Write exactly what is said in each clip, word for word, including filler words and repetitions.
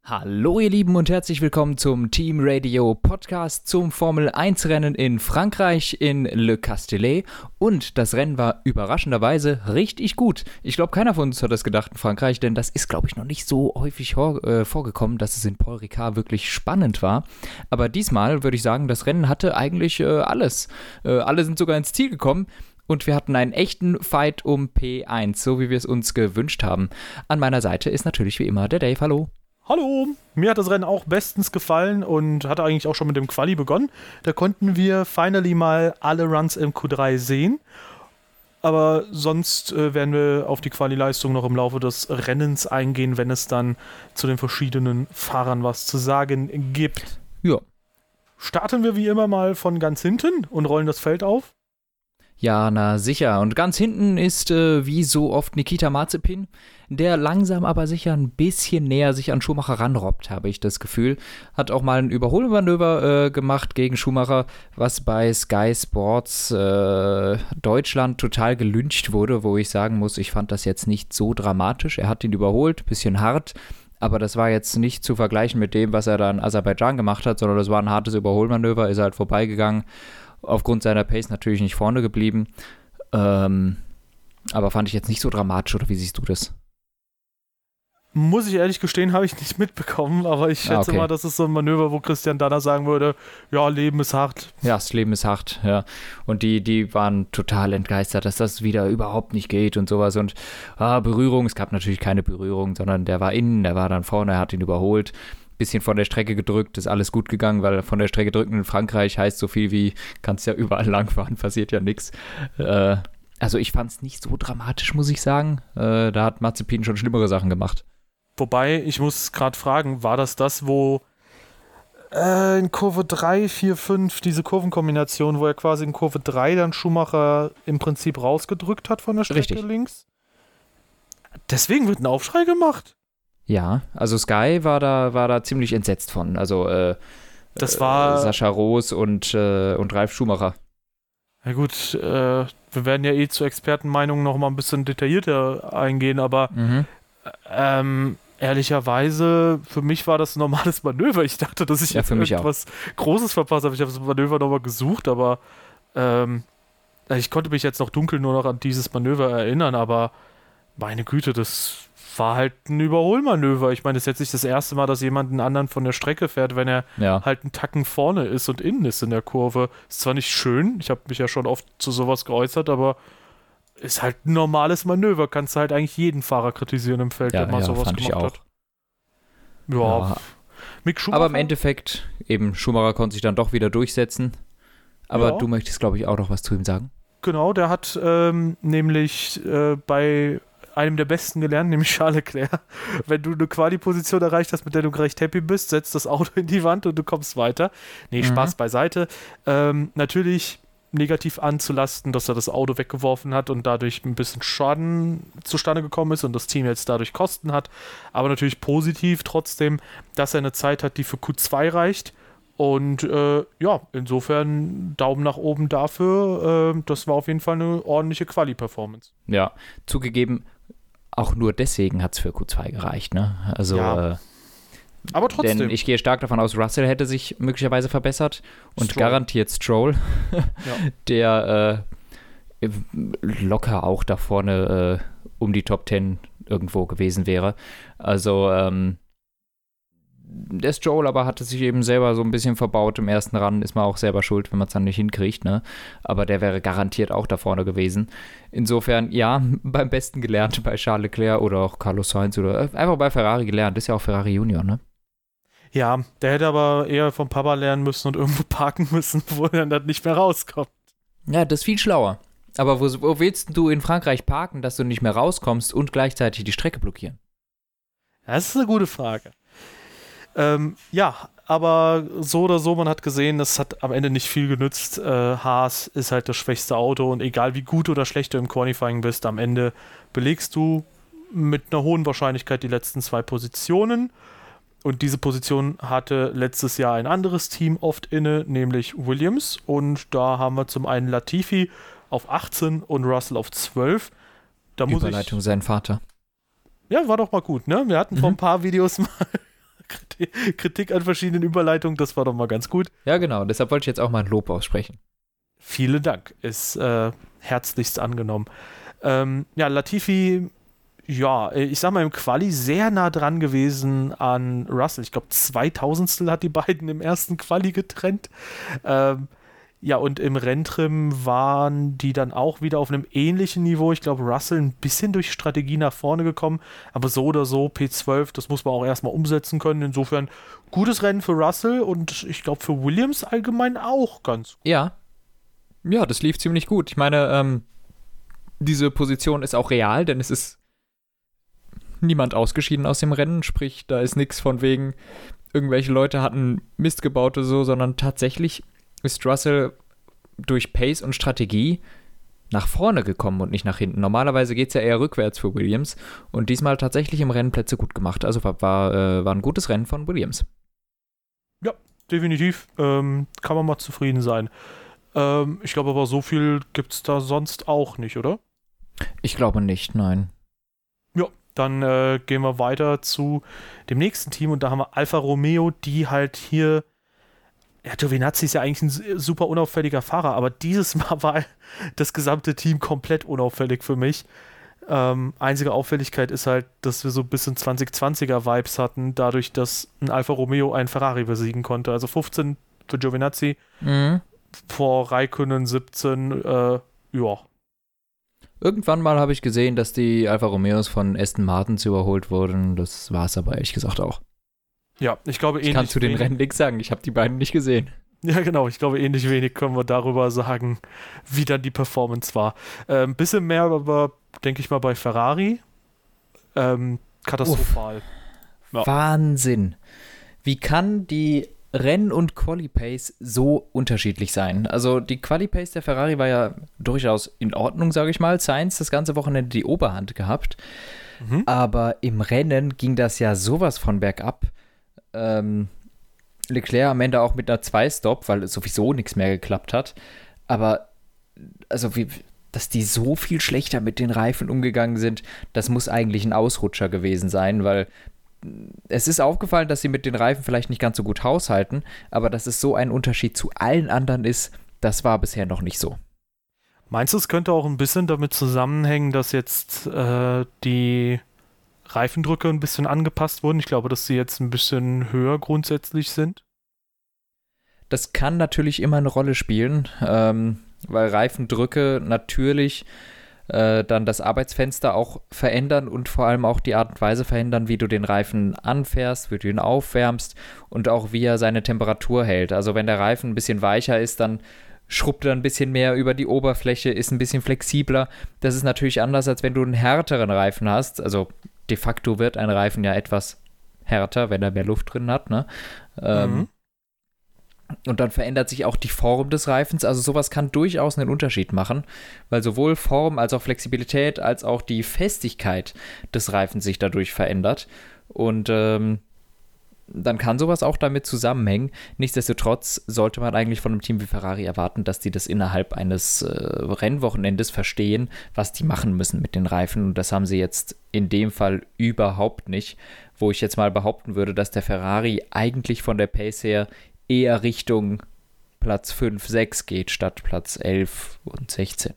Hallo ihr Lieben und herzlich willkommen zum Team Radio Podcast zum Formel eins Rennen in Frankreich in Le Castellet, und das Rennen war überraschenderweise richtig gut. Ich glaube, keiner von uns hat das gedacht in Frankreich, denn das ist, glaube ich, noch nicht so häufig hor- äh, vorgekommen, dass es in Paul Ricard wirklich spannend war. Aber diesmal würde ich sagen, das Rennen hatte eigentlich äh, alles. Äh, alle sind sogar ins Ziel gekommen. Und wir hatten einen echten Fight um P eins, so wie wir es uns gewünscht haben. An meiner Seite ist natürlich wie immer der Dave. Hallo. Hallo, mir hat das Rennen auch bestens gefallen und hatte eigentlich auch schon mit dem Quali begonnen. Da konnten wir finally mal alle Runs im Q drei sehen. Aber sonst äh, werden wir auf die Quali-Leistung noch im Laufe des Rennens eingehen, wenn es dann zu den verschiedenen Fahrern was zu sagen gibt. Ja. Starten wir wie immer mal von ganz hinten und rollen das Feld auf. Ja, na sicher. Und ganz hinten ist, äh, wie so oft, Nikita Mazepin, der langsam aber sicher ein bisschen näher sich an Schumacher ranrobbt, habe ich das Gefühl. Hat auch mal ein Überholmanöver äh, gemacht gegen Schumacher, was bei Sky Sports äh, Deutschland total gelyncht wurde, wo ich sagen muss, ich fand das jetzt nicht so dramatisch. Er hat ihn überholt, bisschen hart, aber das war jetzt nicht zu vergleichen mit dem, was er da in Aserbaidschan gemacht hat, sondern das war ein hartes Überholmanöver, ist halt vorbeigegangen. Aufgrund seiner Pace natürlich nicht vorne geblieben. Ähm, aber fand ich jetzt nicht so dramatisch, oder wie siehst du das? Muss ich ehrlich gestehen, habe ich nicht mitbekommen, aber ich schätze ah, okay. mal, das ist so ein Manöver, wo Christian Danner sagen würde, ja, Leben ist hart. Ja, das Leben ist hart, ja. Und die, die waren total entgeistert, dass das wieder überhaupt nicht geht und sowas. Und ah, Berührung, es gab natürlich keine Berührung, sondern der war innen, der war dann vorne, er hat ihn überholt. Bisschen von der Strecke gedrückt, ist alles gut gegangen, weil von der Strecke drücken in Frankreich heißt so viel wie, kannst ja überall langfahren, passiert ja nichts. Äh, also ich fand es nicht so dramatisch, muss ich sagen. Äh, da hat Mazepin schon schlimmere Sachen gemacht. Wobei, ich muss gerade fragen, war das das, wo äh, in Kurve drei, vier, fünf, diese Kurvenkombination, wo er quasi in Kurve drei dann Schumacher im Prinzip rausgedrückt hat von der Strecke Richtig. Links? Deswegen wird ein Aufschrei gemacht. Ja, also Sky war da, war da ziemlich entsetzt von. Also äh, das war äh, Sascha Roos und, äh, und Ralf Schumacher. Na gut, äh, wir werden ja eh zu Expertenmeinungen noch mal ein bisschen detaillierter eingehen, aber Mhm. ähm, ehrlicherweise, für mich war das ein normales Manöver. Ich dachte, dass ich Ja, jetzt für mich irgendwas Großes verpasst habe. Ich habe das Manöver nochmal gesucht, aber ähm, ich konnte mich jetzt noch dunkel nur noch an dieses Manöver erinnern, aber meine Güte, das war halt ein Überholmanöver. Ich meine, es ist jetzt nicht das erste Mal, dass jemand einen anderen von der Strecke fährt, wenn er Ja. halt einen Tacken vorne ist und innen ist in der Kurve. Ist zwar nicht schön, ich habe mich ja schon oft zu sowas geäußert, aber ist halt ein normales Manöver. Kannst du halt eigentlich jeden Fahrer kritisieren im Feld, Ja, der mal ja, sowas fand ich gemacht auch. hat. Ja, Ja. Mick Schumacher. Aber im Endeffekt, eben, Schumacher konnte sich dann doch wieder durchsetzen. Aber Ja. du möchtest, glaube ich, auch noch was zu ihm sagen. Genau, der hat ähm, nämlich äh, bei einem der Besten gelernt, nämlich Charles Leclerc. Wenn du eine Quali-Position erreicht hast, mit der du recht happy bist, setzt das Auto in die Wand und du kommst weiter. Nee, Mhm. Spaß beiseite. Ähm, natürlich negativ anzulasten, dass er das Auto weggeworfen hat und dadurch ein bisschen Schaden zustande gekommen ist und das Team jetzt dadurch Kosten hat. Aber natürlich positiv trotzdem, dass er eine Zeit hat, die für Q zwei reicht. Und äh, ja, insofern Daumen nach oben dafür. Äh, das war auf jeden Fall eine ordentliche Quali-Performance. Ja, zugegeben, auch nur deswegen hat es für Q zwei gereicht, ne? Also, Ja, äh, aber trotzdem. denn ich gehe stark davon aus, Russell hätte sich möglicherweise verbessert und Stroll. garantiert Stroll, Ja. der äh, locker auch da vorne äh, um die Top zehn irgendwo gewesen wäre. Also, ähm, der Stroll aber hatte sich eben selber so ein bisschen verbaut im ersten Run, ist man auch selber schuld, wenn man es dann nicht hinkriegt, ne? Aber der wäre garantiert auch da vorne gewesen. Insofern, ja, beim Besten gelernt bei Charles Leclerc oder auch Carlos Sainz oder einfach bei Ferrari gelernt, ist ja auch Ferrari Junior, ne? Ja, der hätte aber eher vom Papa lernen müssen und irgendwo parken müssen, wo er dann nicht mehr rauskommt. Ja, das ist viel schlauer. Aber wo, wo willst du in Frankreich parken, dass du nicht mehr rauskommst und gleichzeitig die Strecke blockieren? Das ist eine gute Frage. Ähm, ja, aber so oder so, man hat gesehen, das hat am Ende nicht viel genützt. Äh, Haas ist halt das schwächste Auto und egal wie gut oder schlecht du im Qualifying bist, am Ende belegst du mit einer hohen Wahrscheinlichkeit die letzten zwei Positionen. Und diese Position hatte letztes Jahr ein anderes Team oft inne, nämlich Williams. Und da haben wir zum einen Latifi auf achtzehn und Russell auf zwölf. Da muss Überleitung ich, sein Vater. ja, war doch mal gut, ne? Wir hatten Mhm. vor ein paar Videos mal Kritik an verschiedenen Überleitungen, das war doch mal ganz gut. Ja, genau, deshalb wollte ich jetzt auch mal ein Lob aussprechen. Vielen Dank, ist äh, herzlichst angenommen. Ähm, ja, Latifi, ja, ich sag mal im Quali sehr nah dran gewesen an Russell. Ich glaube, zweitausendstel hat die beiden im ersten Quali getrennt. Ähm, ja, und im Renntrim waren die dann auch wieder auf einem ähnlichen Niveau. Ich glaube, Russell ein bisschen durch Strategie nach vorne gekommen, aber so oder so, P zwölf, das muss man auch erstmal umsetzen können. Insofern gutes Rennen für Russell und ich glaube für Williams allgemein auch ganz gut. Ja, ja, das lief ziemlich gut. Ich meine, ähm, diese Position ist auch real, denn es ist niemand ausgeschieden aus dem Rennen, sprich, da ist nichts von wegen, irgendwelche Leute hatten Mist gebaut oder so, sondern tatsächlich ist Russell durch Pace und Strategie nach vorne gekommen und nicht nach hinten. Normalerweise geht es ja eher rückwärts für Williams und diesmal tatsächlich im Rennen Plätze gut gemacht. Also war, war, äh, war ein gutes Rennen von Williams. Ja, definitiv. Ähm, kann man mal zufrieden sein. Ähm, ich glaube aber, so viel gibt es da sonst auch nicht, oder? Ich glaube nicht, nein. Ja, dann äh, gehen wir weiter zu dem nächsten Team und da haben wir Alfa Romeo, die halt hier, ja, Giovinazzi ist ja eigentlich ein super unauffälliger Fahrer, aber dieses Mal war das gesamte Team komplett unauffällig für mich. Ähm, einzige Auffälligkeit ist halt, dass wir so ein bisschen zwanzig zwanziger Vibes hatten, dadurch, dass ein Alfa Romeo einen Ferrari besiegen konnte. Also fünfzehn für Giovinazzi, Mhm. vor Räikkönen siebzehn, äh, ja. Irgendwann mal habe ich gesehen, dass die Alfa Romeos von Aston Martins überholt wurden. Das war es aber ehrlich gesagt auch. Ja, ich glaube ähnlich. Ich kann zu den wenig, Rennen nichts sagen. Ich habe die beiden nicht gesehen. Ja, genau. Ich glaube, ähnlich wenig können wir darüber sagen, wie dann die Performance war. Ein ähm, bisschen mehr aber, denke ich mal, bei Ferrari. Ähm, katastrophal. Ja. Wahnsinn. Wie kann die Renn- und Quali-Pace so unterschiedlich sein? Also die Quali-Pace der Ferrari war ja durchaus in Ordnung, sage ich mal. Sainz das ganze Wochenende die Oberhand gehabt. Mhm. Aber im Rennen ging das ja sowas von bergab. Ähm, Leclerc am Ende auch mit einer zwei-Stop, weil sowieso nichts mehr geklappt hat. Aber also wie, dass die so viel schlechter mit den Reifen umgegangen sind, das muss eigentlich ein Ausrutscher gewesen sein, weil es ist aufgefallen, dass sie mit den Reifen vielleicht nicht ganz so gut haushalten, aber dass es so ein Unterschied zu allen anderen ist, das war bisher noch nicht so. Meinst du, es könnte auch ein bisschen damit zusammenhängen, dass jetzt äh, die Reifendrücke ein bisschen angepasst wurden? Ich glaube, dass sie jetzt ein bisschen höher grundsätzlich sind. Das kann natürlich immer eine Rolle spielen, ähm, weil Reifendrücke natürlich äh, dann das Arbeitsfenster auch verändern und vor allem auch die Art und Weise verändern, wie du den Reifen anfährst, wie du ihn aufwärmst und auch wie er seine Temperatur hält. Also wenn der Reifen ein bisschen weicher ist, dann schrubbt er ein bisschen mehr über die Oberfläche, ist ein bisschen flexibler. Das ist natürlich anders, als wenn du einen härteren Reifen hast. Also de facto wird ein Reifen ja etwas härter, wenn er mehr Luft drin hat, ne? Ähm, mhm. Und dann verändert sich auch die Form des Reifens. Also sowas kann durchaus einen Unterschied machen, weil sowohl Form als auch Flexibilität als auch die Festigkeit des Reifens sich dadurch verändert. Und ähm, dann kann sowas auch damit zusammenhängen. Nichtsdestotrotz sollte man eigentlich von einem Team wie Ferrari erwarten, dass die das innerhalb eines äh, Rennwochenendes verstehen, was die machen müssen mit den Reifen. Und das haben sie jetzt in dem Fall überhaupt nicht, wo ich jetzt mal behaupten würde, dass der Ferrari eigentlich von der Pace her eher Richtung Platz fünf, sechs geht, statt Platz elf und sechzehn.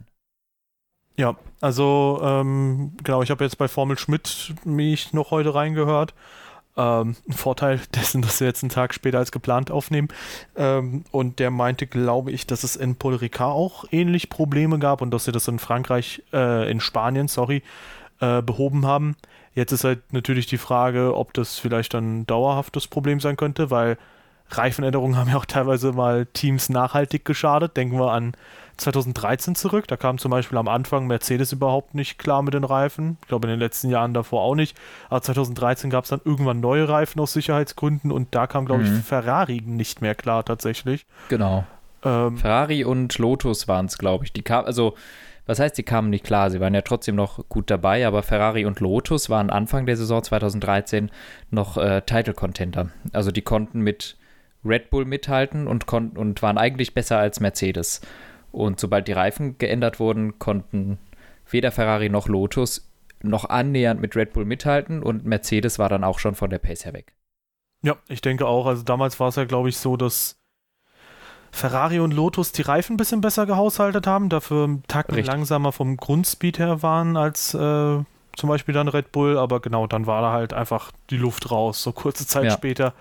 Ja, also ähm, genau, ich habe jetzt bei Formel Schmidt mich noch heute reingehört. Ähm, ein Vorteil dessen, dass wir jetzt einen Tag später als geplant aufnehmen. Ähm, und der meinte, glaube ich, dass es in Paul Ricard auch ähnlich Probleme gab und dass sie das in Frankreich, äh, in Spanien, sorry, äh, behoben haben. Jetzt ist halt natürlich die Frage, ob das vielleicht ein dauerhaftes Problem sein könnte, weil Reifenänderungen haben ja auch teilweise mal Teams nachhaltig geschadet. Denken wir an zweitausenddreizehn zurück. Da kam zum Beispiel am Anfang Mercedes überhaupt nicht klar mit den Reifen. Ich glaube, in den letzten Jahren davor auch nicht. Aber zweitausenddreizehn gab es dann irgendwann neue Reifen aus Sicherheitsgründen und da kam, glaube Mhm. ich, Ferrari nicht mehr klar tatsächlich. Genau. Ähm, Ferrari und Lotus waren es, glaube ich. Die kam, also, was heißt, die kamen nicht klar? Sie waren ja trotzdem noch gut dabei, aber Ferrari und Lotus waren Anfang der Saison zweitausenddreizehn noch äh, Title-Contender. Also die konnten mit Red Bull mithalten und, kon- und waren eigentlich besser als Mercedes. Und sobald die Reifen geändert wurden, konnten weder Ferrari noch Lotus noch annähernd mit Red Bull mithalten und Mercedes war dann auch schon von der Pace her weg. Ja, ich denke auch. Also damals war es ja, glaube ich, so, dass Ferrari und Lotus die Reifen ein bisschen besser gehaushaltet haben, dafür einen Tacken Richtig. langsamer vom Grundspeed her waren als äh, zum Beispiel dann Red Bull, aber genau, dann war da halt einfach die Luft raus, so kurze Zeit Ja. später.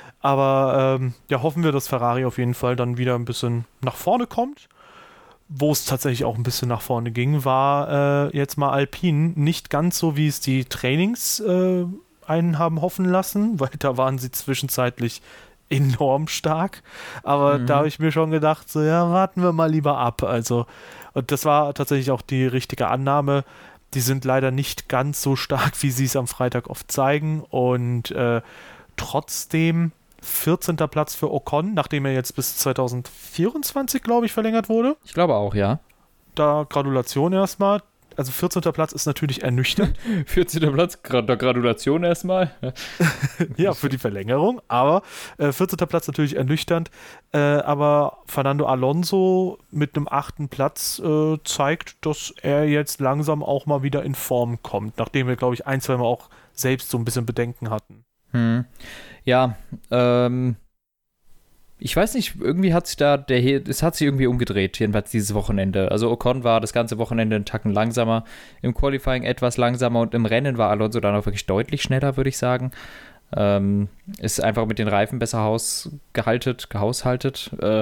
Aber ähm, ja, hoffen wir, dass Ferrari auf jeden Fall dann wieder ein bisschen nach vorne kommt. Wo es tatsächlich auch ein bisschen nach vorne ging, war äh, jetzt mal Alpine nicht ganz so, wie es die Trainings äh, einen haben hoffen lassen, weil da waren sie zwischenzeitlich enorm stark. Aber Mhm. da habe ich mir schon gedacht, so ja, warten wir mal lieber ab. Also, und das war tatsächlich auch die richtige Annahme. Die sind leider nicht ganz so stark, wie sie es am Freitag oft zeigen. Und äh, trotzdem vierzehnter Platz für Ocon, nachdem er jetzt bis zwanzig vierundzwanzig, glaube ich, verlängert wurde. Ich glaube auch, ja. Da Gratulation erstmal. Also vierzehnter Platz ist natürlich ernüchternd. vierzehnter Platz, Gra- der Gratulation erstmal. Ja, für die Verlängerung. Aber äh, vierzehnter Platz natürlich ernüchternd. Äh, aber Fernando Alonso mit einem achten Platz äh, zeigt, dass er jetzt langsam auch mal wieder in Form kommt. Nachdem wir, glaube ich, ein, zwei Mal auch selbst so ein bisschen Bedenken hatten. Hm. Ja, ähm, ich weiß nicht, irgendwie hat sich da, der, es hat sich irgendwie umgedreht, jedenfalls dieses Wochenende. Also Ocon war das ganze Wochenende einen Tacken langsamer, im Qualifying etwas langsamer und im Rennen war Alonso dann auch wirklich deutlich schneller, würde ich sagen. Ähm, ist einfach mit den Reifen besser hausgehaltet, gehaushaltet äh,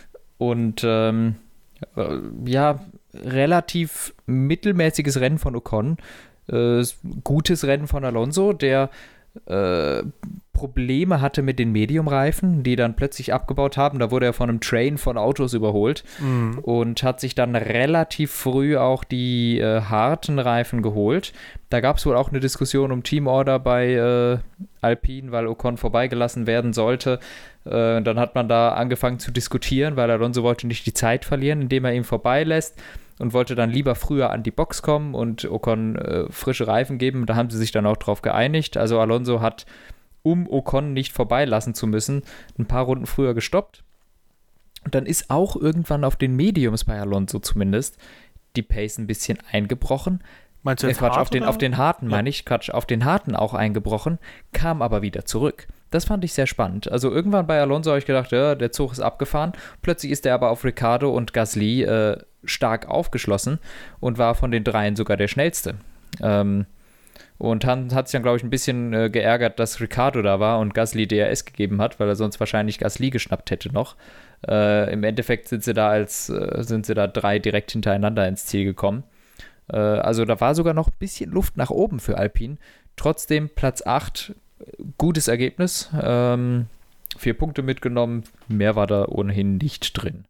und ähm, äh, ja, relativ mittelmäßiges Rennen von Ocon, äh, gutes Rennen von Alonso, der Äh, Probleme hatte mit den Medium-Reifen, die dann plötzlich abgebaut haben. Da wurde er von einem Train von Autos überholt Mhm. und hat sich dann relativ früh auch die äh, harten Reifen geholt. Da gab es wohl auch eine Diskussion um Teamorder bei äh, Alpine, weil Ocon vorbeigelassen werden sollte. Äh, dann hat man da angefangen zu diskutieren, weil Alonso wollte nicht die Zeit verlieren, indem er ihn vorbeilässt. Und wollte dann lieber früher an die Box kommen und Ocon äh, frische Reifen geben. Da haben sie sich dann auch drauf geeinigt. Also Alonso hat, um Ocon nicht vorbeilassen zu müssen, ein paar Runden früher gestoppt. Und dann ist auch irgendwann auf den Mediums bei Alonso zumindest die Pace ein bisschen eingebrochen. Meinst du Äh, jetzt Quatsch, hart, auf den, oder? auf den harten Ja. meine ich, Quatsch, auf den harten auch eingebrochen, kam aber wieder zurück. Das fand ich sehr spannend. Also irgendwann bei Alonso habe ich gedacht, ja, der Zug ist abgefahren. Plötzlich ist er aber auf Ricciardo und Gasly äh, stark aufgeschlossen und war von den dreien sogar der schnellste. Ähm, und dann hat sich dann, glaube ich, ein bisschen äh, geärgert, dass Ricciardo da war und Gasly D R S gegeben hat, weil er sonst wahrscheinlich Gasly geschnappt hätte noch. Äh, Im Endeffekt sind sie da als äh, sind sie da drei direkt hintereinander ins Ziel gekommen. Äh, also da war sogar noch ein bisschen Luft nach oben für Alpine. Trotzdem Platz acht, gutes Ergebnis. Ähm, vier Punkte mitgenommen, mehr war da ohnehin nicht drin.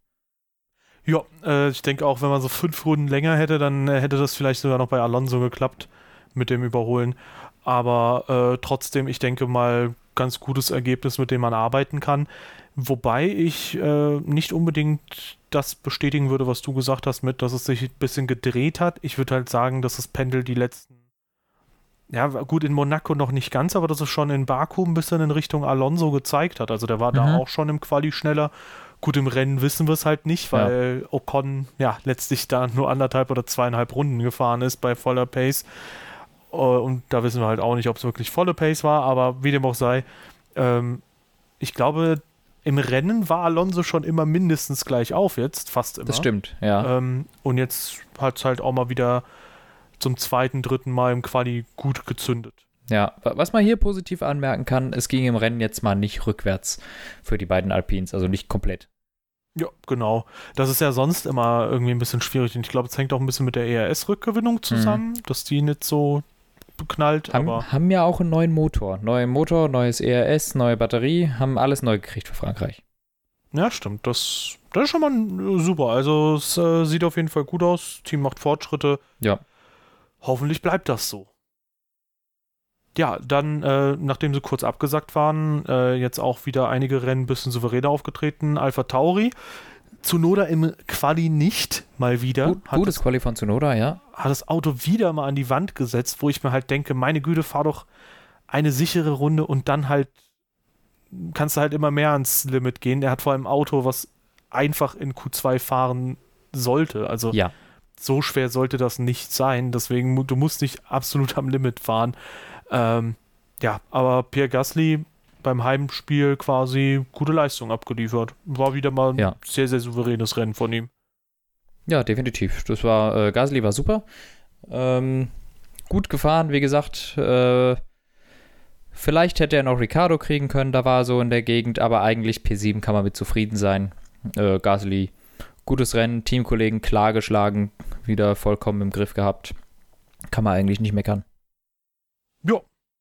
Ja, äh, ich denke auch, wenn man so fünf Runden länger hätte, dann äh, hätte das vielleicht sogar noch bei Alonso geklappt mit dem Überholen. Aber äh, trotzdem, ich denke mal, ganz gutes Ergebnis, mit dem man arbeiten kann. Wobei ich äh, nicht unbedingt das bestätigen würde, was du gesagt hast, mit, dass es sich ein bisschen gedreht hat. Ich würde halt sagen, dass das Pendel die letzten, ja gut, in Monaco noch nicht ganz, aber dass es schon in Baku ein bisschen in Richtung Alonso gezeigt hat. Also der war Mhm. da auch schon im Quali schneller. Gut, im Rennen wissen wir es halt nicht, weil ja. Ocon ja letztlich da nur anderthalb oder zweieinhalb Runden gefahren ist bei voller Pace. Und da wissen wir halt auch nicht, ob es wirklich volle Pace war, aber wie dem auch sei, ähm, ich glaube, im Rennen war Alonso schon immer mindestens gleich auf jetzt, fast immer. Das stimmt, ja. Ähm, und jetzt hat es halt auch mal wieder zum zweiten, dritten Mal im Quali gut gezündet. Ja, was man hier positiv anmerken kann, es ging im Rennen jetzt mal nicht rückwärts für die beiden Alpines, also nicht komplett. Ja, genau. Das ist ja sonst immer irgendwie ein bisschen schwierig und ich glaube, es hängt auch ein bisschen mit der E R S-Rückgewinnung zusammen, mhm. dass die nicht so knallt. Haben, aber haben ja auch einen neuen Motor. Neuen Motor, neues E R S, neue Batterie, haben alles neu gekriegt für Frankreich. Ja, stimmt. Das, das ist schon mal super. Also es äh, sieht auf jeden Fall gut aus. Team macht Fortschritte. Ja. Hoffentlich bleibt das so. Ja, dann, äh, nachdem sie kurz abgesagt waren, äh, jetzt auch wieder einige Rennen ein bisschen souveräner aufgetreten. Alpha Tauri. Tsunoda im Quali nicht, mal wieder. Gut, hat gutes das, Quali von Tsunoda, ja. Hat das Auto wieder mal an die Wand gesetzt, wo ich mir halt denke, meine Güte, fahr doch eine sichere Runde und dann halt kannst du halt immer mehr ans Limit gehen. Er hat vor allem ein Auto, was einfach in Q zwei fahren sollte. Also ja. so schwer sollte das nicht sein. Deswegen, du musst nicht absolut am Limit fahren. Ähm, ja, aber Pierre Gasly beim Heimspiel quasi gute Leistung abgeliefert. War wieder mal ein Ja. sehr, sehr souveränes Rennen von ihm. Ja, definitiv. Das war, äh, Gasly war super. Ähm, gut gefahren, wie gesagt. Äh, vielleicht hätte er noch Ricciardo kriegen können, da war er so in der Gegend, aber eigentlich P sieben kann man mit zufrieden sein. Äh, Gasly, gutes Rennen, Teamkollegen klar geschlagen, wieder vollkommen im Griff gehabt. Kann man eigentlich nicht meckern. Ja.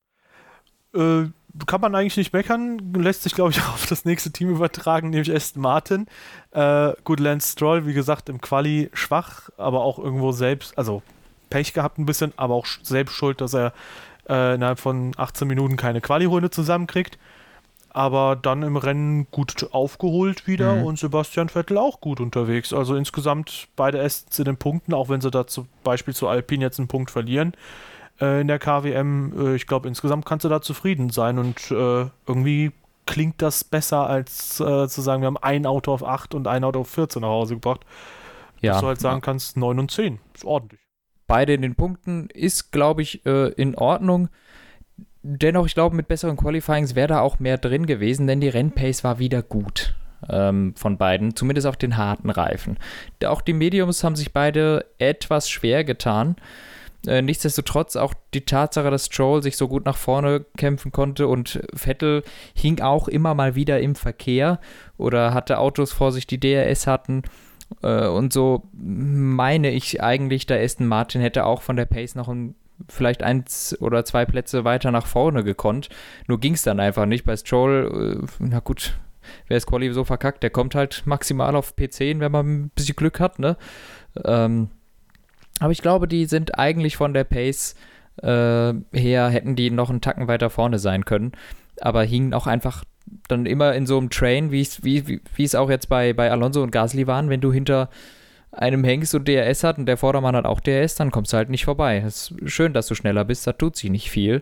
Äh, kann man eigentlich nicht meckern, lässt sich, glaube ich, auch auf das nächste Team übertragen, nämlich Aston Martin. Äh, gut, Lance Stroll, wie gesagt, im Quali schwach, aber auch irgendwo selbst, also Pech gehabt ein bisschen, aber auch selbst schuld, dass er äh, innerhalb von achtzehn Minuten keine Quali-Runde zusammenkriegt. Aber dann im Rennen gut aufgeholt wieder Mhm. und Sebastian Vettel auch gut unterwegs. Also insgesamt beide Astons in den Punkten, auch wenn sie da zum Beispiel zu Alpine jetzt einen Punkt verlieren äh, in der K W M. Äh, ich glaube, insgesamt kannst du da zufrieden sein und äh, irgendwie klingt das besser, als äh, zu sagen, wir haben ein Auto auf acht und ein Auto auf vierzehn nach Hause gebracht. Ja, Dass du halt sagen kannst, neun und zehn. Ist ordentlich. beide in den Punkten ist, glaube ich, äh, in Ordnung. Dennoch, ich glaube, mit besseren Qualifyings wäre da auch mehr drin gewesen, denn die Rennpace war wieder gut ähm, von beiden, zumindest auf den harten Reifen. Auch die Mediums haben sich beide etwas schwer getan. Äh, nichtsdestotrotz auch die Tatsache, dass Stroll sich so gut nach vorne kämpfen konnte und Vettel hing auch immer mal wieder im Verkehr oder hatte Autos vor sich, die D R S hatten. Äh, und so meine ich eigentlich, der Aston Martin hätte auch von der Pace noch ein vielleicht eins oder zwei Plätze weiter nach vorne gekonnt. Nur ging es dann einfach nicht. Bei Stroll, äh, na gut, wer ist Quali so verkackt, der kommt halt maximal auf P zehn, wenn man ein bisschen Glück hat, ne? Ähm, aber ich glaube, die sind eigentlich von der Pace äh, her, hätten die noch einen Tacken weiter vorne sein können, aber hingen auch einfach dann immer in so einem Train, wie es wie, wie es auch jetzt bei, bei Alonso und Gasly waren, wenn du hinter einem hängst und D R S hat und der Vordermann hat auch D R S, dann kommst du halt nicht vorbei. Es ist schön, dass du schneller bist, da tut sich nicht viel.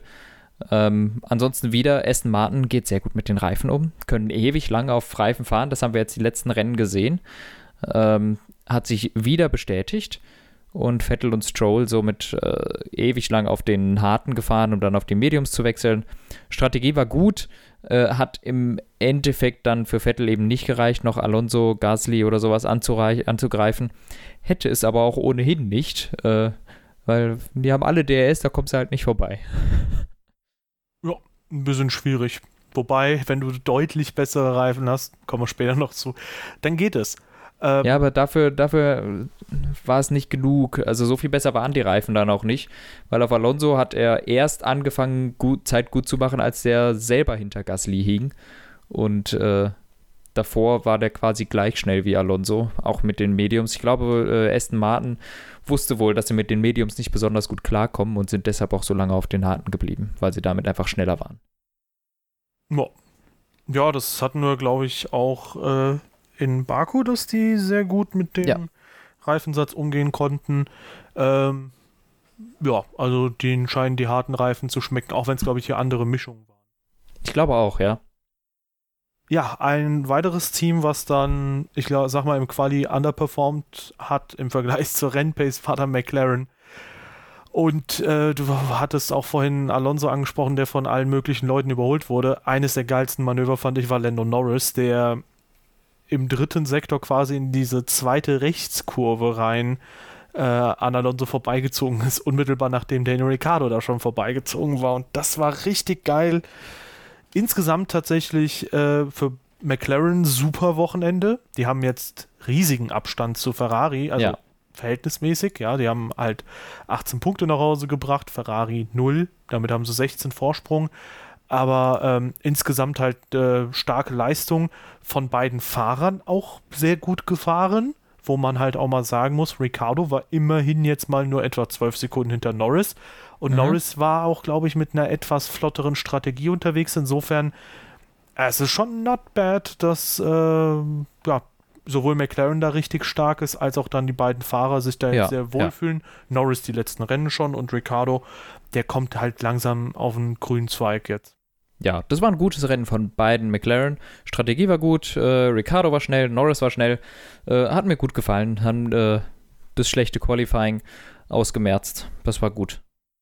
Ähm, ansonsten wieder, Aston Martin geht sehr gut mit den Reifen um, können ewig lang auf Reifen fahren, das haben wir jetzt die letzten Rennen gesehen. Ähm, hat sich wieder bestätigt und Vettel und Stroll somit äh, ewig lang auf den harten gefahren, um dann auf die Mediums zu wechseln. Strategie war gut, äh, hat im Endeffekt dann für Vettel eben nicht gereicht, noch Alonso, Gasly oder sowas anzugreifen. Hätte es aber auch ohnehin nicht, äh, weil die haben alle D R S, da kommst du halt nicht vorbei. Ja, ein bisschen schwierig. Wobei, wenn du deutlich bessere Reifen hast, kommen wir später noch zu, dann geht es. Ähm, Ja, aber dafür, dafür war es nicht genug. Also so viel besser waren die Reifen dann auch nicht, weil auf Alonso hat er erst angefangen, gut, Zeit gut zu machen, als der selber hinter Gasly hing. Und äh, davor war der quasi gleich schnell wie Alonso, auch mit den Mediums. Ich glaube, äh, Aston Martin wusste wohl, dass sie mit den Mediums nicht besonders gut klarkommen und sind deshalb auch so lange auf den harten geblieben, weil sie damit einfach schneller waren. ja. ja, das hatten wir, glaube ich, auch äh, in Baku, dass die sehr gut mit dem Ja. Reifensatz umgehen konnten. Ähm, ja, also denen scheinen die harten Reifen zu schmecken, auch wenn es, glaube ich, hier andere Mischungen waren. Ich glaube auch, ja. Ja, ein weiteres Team, was dann, ich glaub, sag mal, im Quali underperformed hat im Vergleich zur Rennpace, war dann McLaren. Und äh, du hattest auch vorhin Alonso angesprochen, der von allen möglichen Leuten überholt wurde. Eines der geilsten Manöver, fand ich, war Lando Norris, der im dritten Sektor quasi in diese zweite Rechtskurve rein äh, an Alonso vorbeigezogen ist, unmittelbar nachdem Daniel Ricciardo da schon vorbeigezogen war. Und das war richtig geil. Insgesamt tatsächlich äh, für McLaren super Wochenende. Die haben jetzt riesigen Abstand zu Ferrari, also Ja. verhältnismäßig. Ja, die haben halt achtzehn Punkte nach Hause gebracht, Ferrari null. Damit haben sie sechzehn Vorsprung. Aber ähm, insgesamt halt äh, starke Leistung von beiden Fahrern auch sehr gut gefahren, wo man halt auch mal sagen muss, Ricciardo war immerhin jetzt mal nur etwa zwölf Sekunden hinter Norris und Mhm. Norris war auch, glaube ich, mit einer etwas flotteren Strategie unterwegs. Insofern, äh, es ist schon not bad, dass äh, ja, sowohl McLaren da richtig stark ist, als auch dann die beiden Fahrer sich da Ja, jetzt sehr wohlfühlen. Norris die letzten Rennen schon und Ricciardo, der kommt halt langsam auf den grünen Zweig jetzt. Ja, das war ein gutes Rennen von beiden McLaren. Strategie war gut, äh, Ricciardo war schnell, Norris war schnell. Äh, hat mir gut gefallen, haben äh, das schlechte Qualifying ausgemerzt. Das war gut.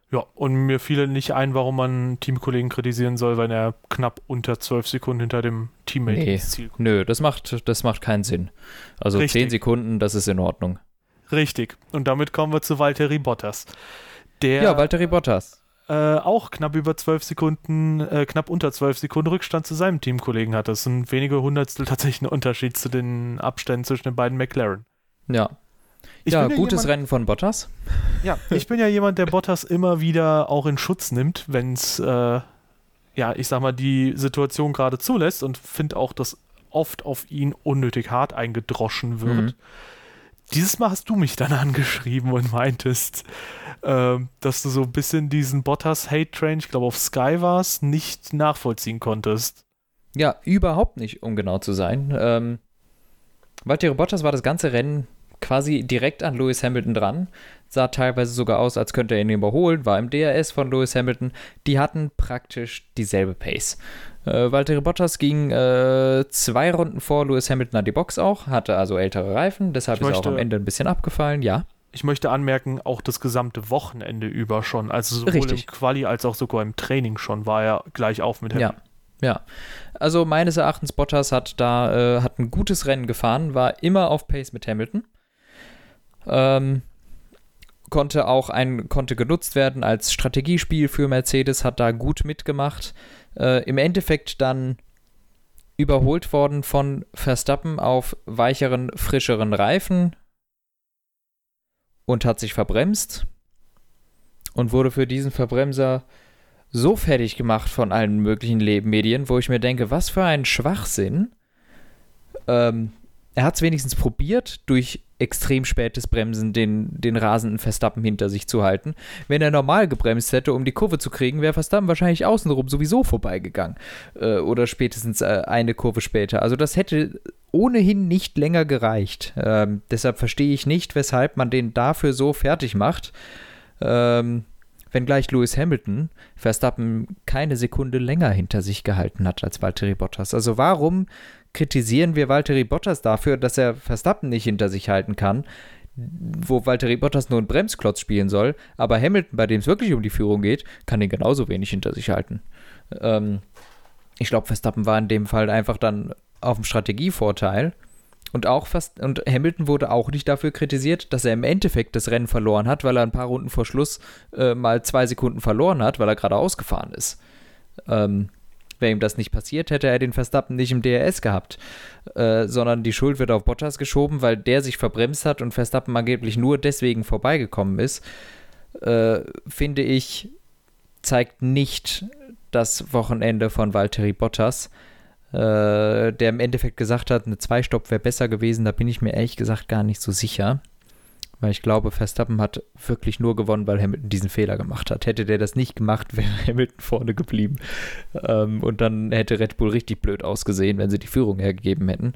Ja, und mir fiel nicht ein, warum man einen Teamkollegen kritisieren soll, wenn er knapp unter zwölf Sekunden hinter dem Teammate Nee, ins Ziel kommt. nö, das macht, das macht keinen Sinn. Also Richtig. zehn Sekunden, das ist in Ordnung. Richtig. Und damit kommen wir zu Valtteri Bottas. Der Ja, Valtteri Bottas. äh, auch knapp über zwölf Sekunden, äh, knapp unter zwölf Sekunden Rückstand zu seinem Teamkollegen hat. Das sind wenige Hundertstel tatsächlich ein Unterschied zu den Abständen zwischen den beiden McLaren. Ja. Ich ja, bin ja gutes jemand, Rennen von Bottas. Ja, ich bin ja jemand, der Bottas immer wieder auch in Schutz nimmt, wenn es, äh, ja, ich sag mal, die Situation gerade zulässt und finde auch, dass oft auf ihn unnötig hart eingedroschen wird. Mhm. Dieses Mal hast du mich dann angeschrieben und meintest, äh, dass du so ein bisschen diesen Bottas-Hate-Train, ich glaube auf Sky war es, nicht nachvollziehen konntest. Ja, überhaupt nicht, um genau zu sein. Ähm, Valtteri Bottas war das ganze Rennen quasi direkt an Lewis Hamilton dran, sah teilweise sogar aus, als könnte er ihn überholen, war im D R S von Lewis Hamilton. Die hatten praktisch dieselbe Pace. Äh, Valtteri Bottas ging äh, zwei Runden vor Lewis Hamilton an die Box auch, hatte also ältere Reifen, deshalb Ich ist er möchte- auch am Ende ein bisschen abgefallen, ja. Ich möchte anmerken, auch das gesamte Wochenende über schon, also sowohl Richtig. im Quali als auch sogar im Training schon, war er gleich auf mit Hamilton. Ja, ja. Also meines Erachtens, Bottas hat da äh, hat ein gutes Rennen gefahren, war immer auf Pace mit Hamilton. Ähm, konnte auch ein, konnte genutzt werden als Strategiespiel für Mercedes, hat da gut mitgemacht. Äh, im Endeffekt dann überholt worden von Verstappen auf weicheren, frischeren Reifen und hat sich verbremst und wurde für diesen Verbremser so fertig gemacht von allen möglichen Medien, wo ich mir denke, was für ein Schwachsinn. Ähm, er hat es wenigstens probiert, durch extrem spätes Bremsen den, den rasenden Verstappen hinter sich zu halten. Wenn er normal gebremst hätte, um die Kurve zu kriegen, wäre Verstappen wahrscheinlich außenrum sowieso vorbeigegangen. Äh, oder spätestens äh, eine Kurve später. Also das hätte ohnehin nicht länger gereicht. Ähm, deshalb verstehe ich nicht, weshalb man den dafür so fertig macht. Ähm, wenngleich Lewis Hamilton Verstappen keine Sekunde länger hinter sich gehalten hat als Valtteri Bottas. Also warum kritisieren wir Valtteri Bottas dafür, dass er Verstappen nicht hinter sich halten kann, wo Valtteri Bottas nur einen Bremsklotz spielen soll, aber Hamilton, bei dem es wirklich um die Führung geht, kann ihn genauso wenig hinter sich halten. Ähm, ich glaube, Verstappen war in dem Fall einfach dann auf dem Strategievorteil. Und auch fast, und Hamilton wurde auch nicht dafür kritisiert, dass er im Endeffekt das Rennen verloren hat, weil er ein paar Runden vor Schluss äh, mal zwei Sekunden verloren hat, weil er gerade ausgefahren ist. Ähm, Wäre ihm das nicht passiert, hätte er den Verstappen nicht im D R S gehabt, äh, sondern die Schuld wird auf Bottas geschoben, weil der sich verbremst hat und Verstappen angeblich nur deswegen vorbeigekommen ist. Äh, finde ich, zeigt nicht das Wochenende von Valtteri Bottas, äh, der im Endeffekt gesagt hat, eine Zwei-Stopp wäre besser gewesen. Da bin ich mir ehrlich gesagt gar nicht so sicher. Weil ich glaube, Verstappen hat wirklich nur gewonnen, weil Hamilton diesen Fehler gemacht hat. Hätte der das nicht gemacht, wäre Hamilton vorne geblieben. Ähm, und dann hätte Red Bull richtig blöd ausgesehen, wenn sie die Führung hergegeben hätten.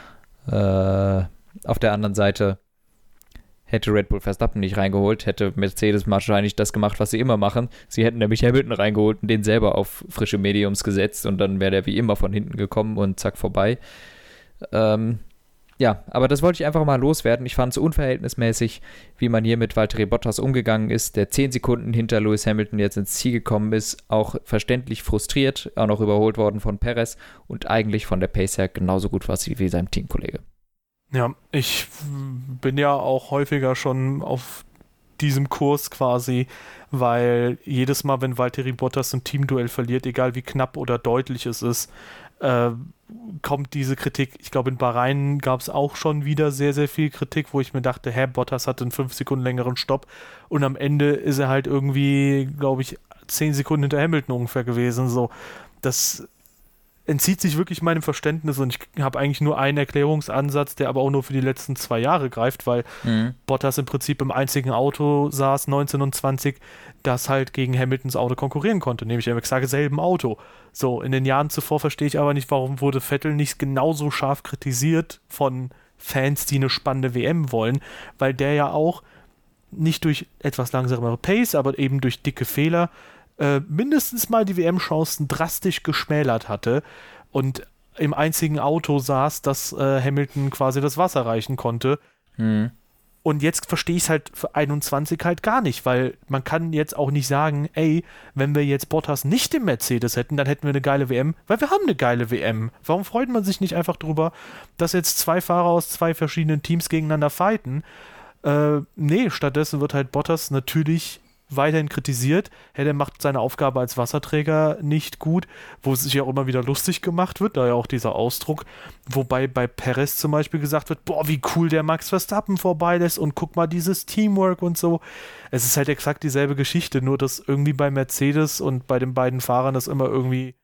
Äh, auf der anderen Seite hätte Red Bull Verstappen nicht reingeholt, hätte Mercedes wahrscheinlich das gemacht, was sie immer machen. Sie hätten nämlich Hamilton reingeholt und den selber auf frische Mediums gesetzt und dann wäre der wie immer von hinten gekommen und zack, vorbei. Ähm, Ja, aber das wollte ich einfach mal loswerden. Ich fand es unverhältnismäßig, wie man hier mit Valtteri Bottas umgegangen ist, der zehn Sekunden hinter Lewis Hamilton jetzt ins Ziel gekommen ist, auch verständlich frustriert, auch noch überholt worden von Perez und eigentlich von der Pace her genauso gut war wie sein Teamkollege. Ja, ich bin ja auch häufiger schon auf diesem Kurs quasi, weil jedes Mal, wenn Valtteri Bottas ein Teamduell verliert, egal wie knapp oder deutlich es ist, äh, kommt diese Kritik. Ich glaube, in Bahrain gab es auch schon wieder sehr, sehr viel Kritik, wo ich mir dachte, hä, Bottas hatte einen fünf Sekunden längeren Stopp und am Ende ist er halt irgendwie, glaube ich, zehn Sekunden hinter Hamilton ungefähr gewesen. So, das entzieht sich wirklich meinem Verständnis und ich habe eigentlich nur einen Erklärungsansatz, der aber auch nur für die letzten zwei Jahre greift, weil Mhm. Bottas im Prinzip im einzigen Auto saß, neunzehn und zwanzig, das halt gegen Hamiltons Auto konkurrieren konnte, nämlich im exakt selben Auto. So, in den Jahren zuvor verstehe ich aber nicht, warum wurde Vettel nicht genauso scharf kritisiert von Fans, die eine spannende W M wollen, weil der ja auch nicht durch etwas langsamere Pace, aber eben durch dicke Fehler äh, mindestens mal die W M-Chancen drastisch geschmälert hatte und im einzigen Auto saß, das äh, Hamilton quasi das Wasser reichen konnte. Mhm. Und jetzt verstehe ich es halt für einundzwanzig halt gar nicht, weil man kann jetzt auch nicht sagen, ey, wenn wir jetzt Bottas nicht im Mercedes hätten, dann hätten wir eine geile W M, weil wir haben eine geile W M. Warum freut man sich nicht einfach drüber, dass jetzt zwei Fahrer aus zwei verschiedenen Teams gegeneinander fighten? Äh, nee, stattdessen wird halt Bottas natürlich weiterhin kritisiert. Hey, der macht seine Aufgabe als Wasserträger nicht gut, wo es sich ja auch immer wieder lustig gemacht wird, da ja auch dieser Ausdruck, wobei bei Perez zum Beispiel gesagt wird, boah, wie cool der Max Verstappen vorbeilässt und guck mal dieses Teamwork und so. Es ist halt exakt dieselbe Geschichte, nur dass irgendwie bei Mercedes und bei den beiden Fahrern das immer irgendwie,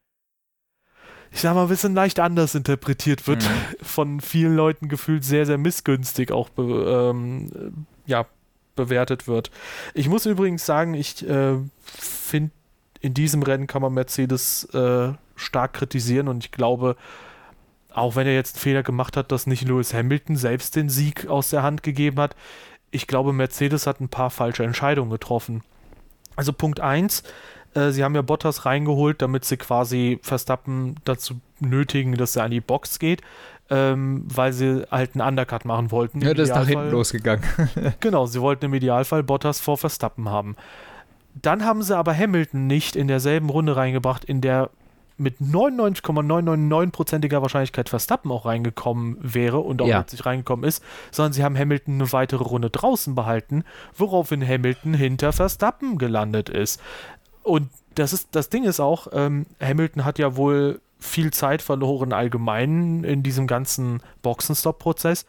ich sag mal, ein bisschen leicht anders interpretiert wird, mhm. von vielen Leuten gefühlt sehr, sehr missgünstig auch ähm, ja, bewertet wird. Ich muss übrigens sagen, ich äh, finde, in diesem Rennen kann man Mercedes äh, stark kritisieren und ich glaube, auch wenn er jetzt einen Fehler gemacht hat, dass nicht Lewis Hamilton selbst den Sieg aus der Hand gegeben hat, ich glaube, Mercedes hat ein paar falsche Entscheidungen getroffen. Also Punkt eins, äh, sie haben ja Bottas reingeholt, damit sie quasi Verstappen dazu nötigen, dass er an die Box geht, ähm, weil sie halt einen Undercut machen wollten. Ja, das ist nach hinten losgegangen. Genau, sie wollten im Idealfall Bottas vor Verstappen haben. Dann haben sie aber Hamilton nicht in derselben Runde reingebracht, in der mit neunundneunzig Komma neunhundertneunundneunzig-prozentiger Wahrscheinlichkeit Verstappen auch reingekommen wäre und auch ja. letztlich reingekommen ist, sondern sie haben Hamilton eine weitere Runde draußen behalten, woraufhin Hamilton hinter Verstappen gelandet ist. Und das ist, das Ding ist auch, ähm, Hamilton hat ja wohl viel Zeit verloren allgemein in diesem ganzen Boxenstopp-Prozess,